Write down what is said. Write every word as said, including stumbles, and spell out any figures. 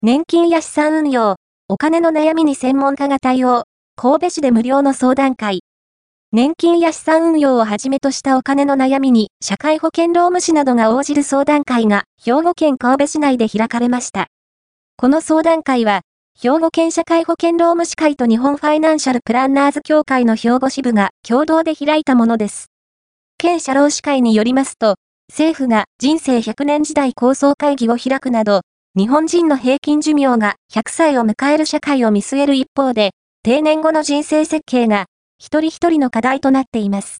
年金や資産運用、お金の悩みに専門家が対応。神戸市で無料の相談会。年金や資産運用をはじめとしたお金の悩みに社会保険労務士などが応じる相談会が兵庫県神戸市内で開かれました。この相談会は、兵庫県社会保険労務士会と日本ファイナンシャルプランナーズ協会の兵庫支部が共同で開いたものです。県社労士会によりますと、政府が人生ひゃくねん時代構想会議を開くなど、日本人の平均寿命がひゃくさいを迎える社会を見据える一方で、定年後の人生設計が一人一人の課題となっています。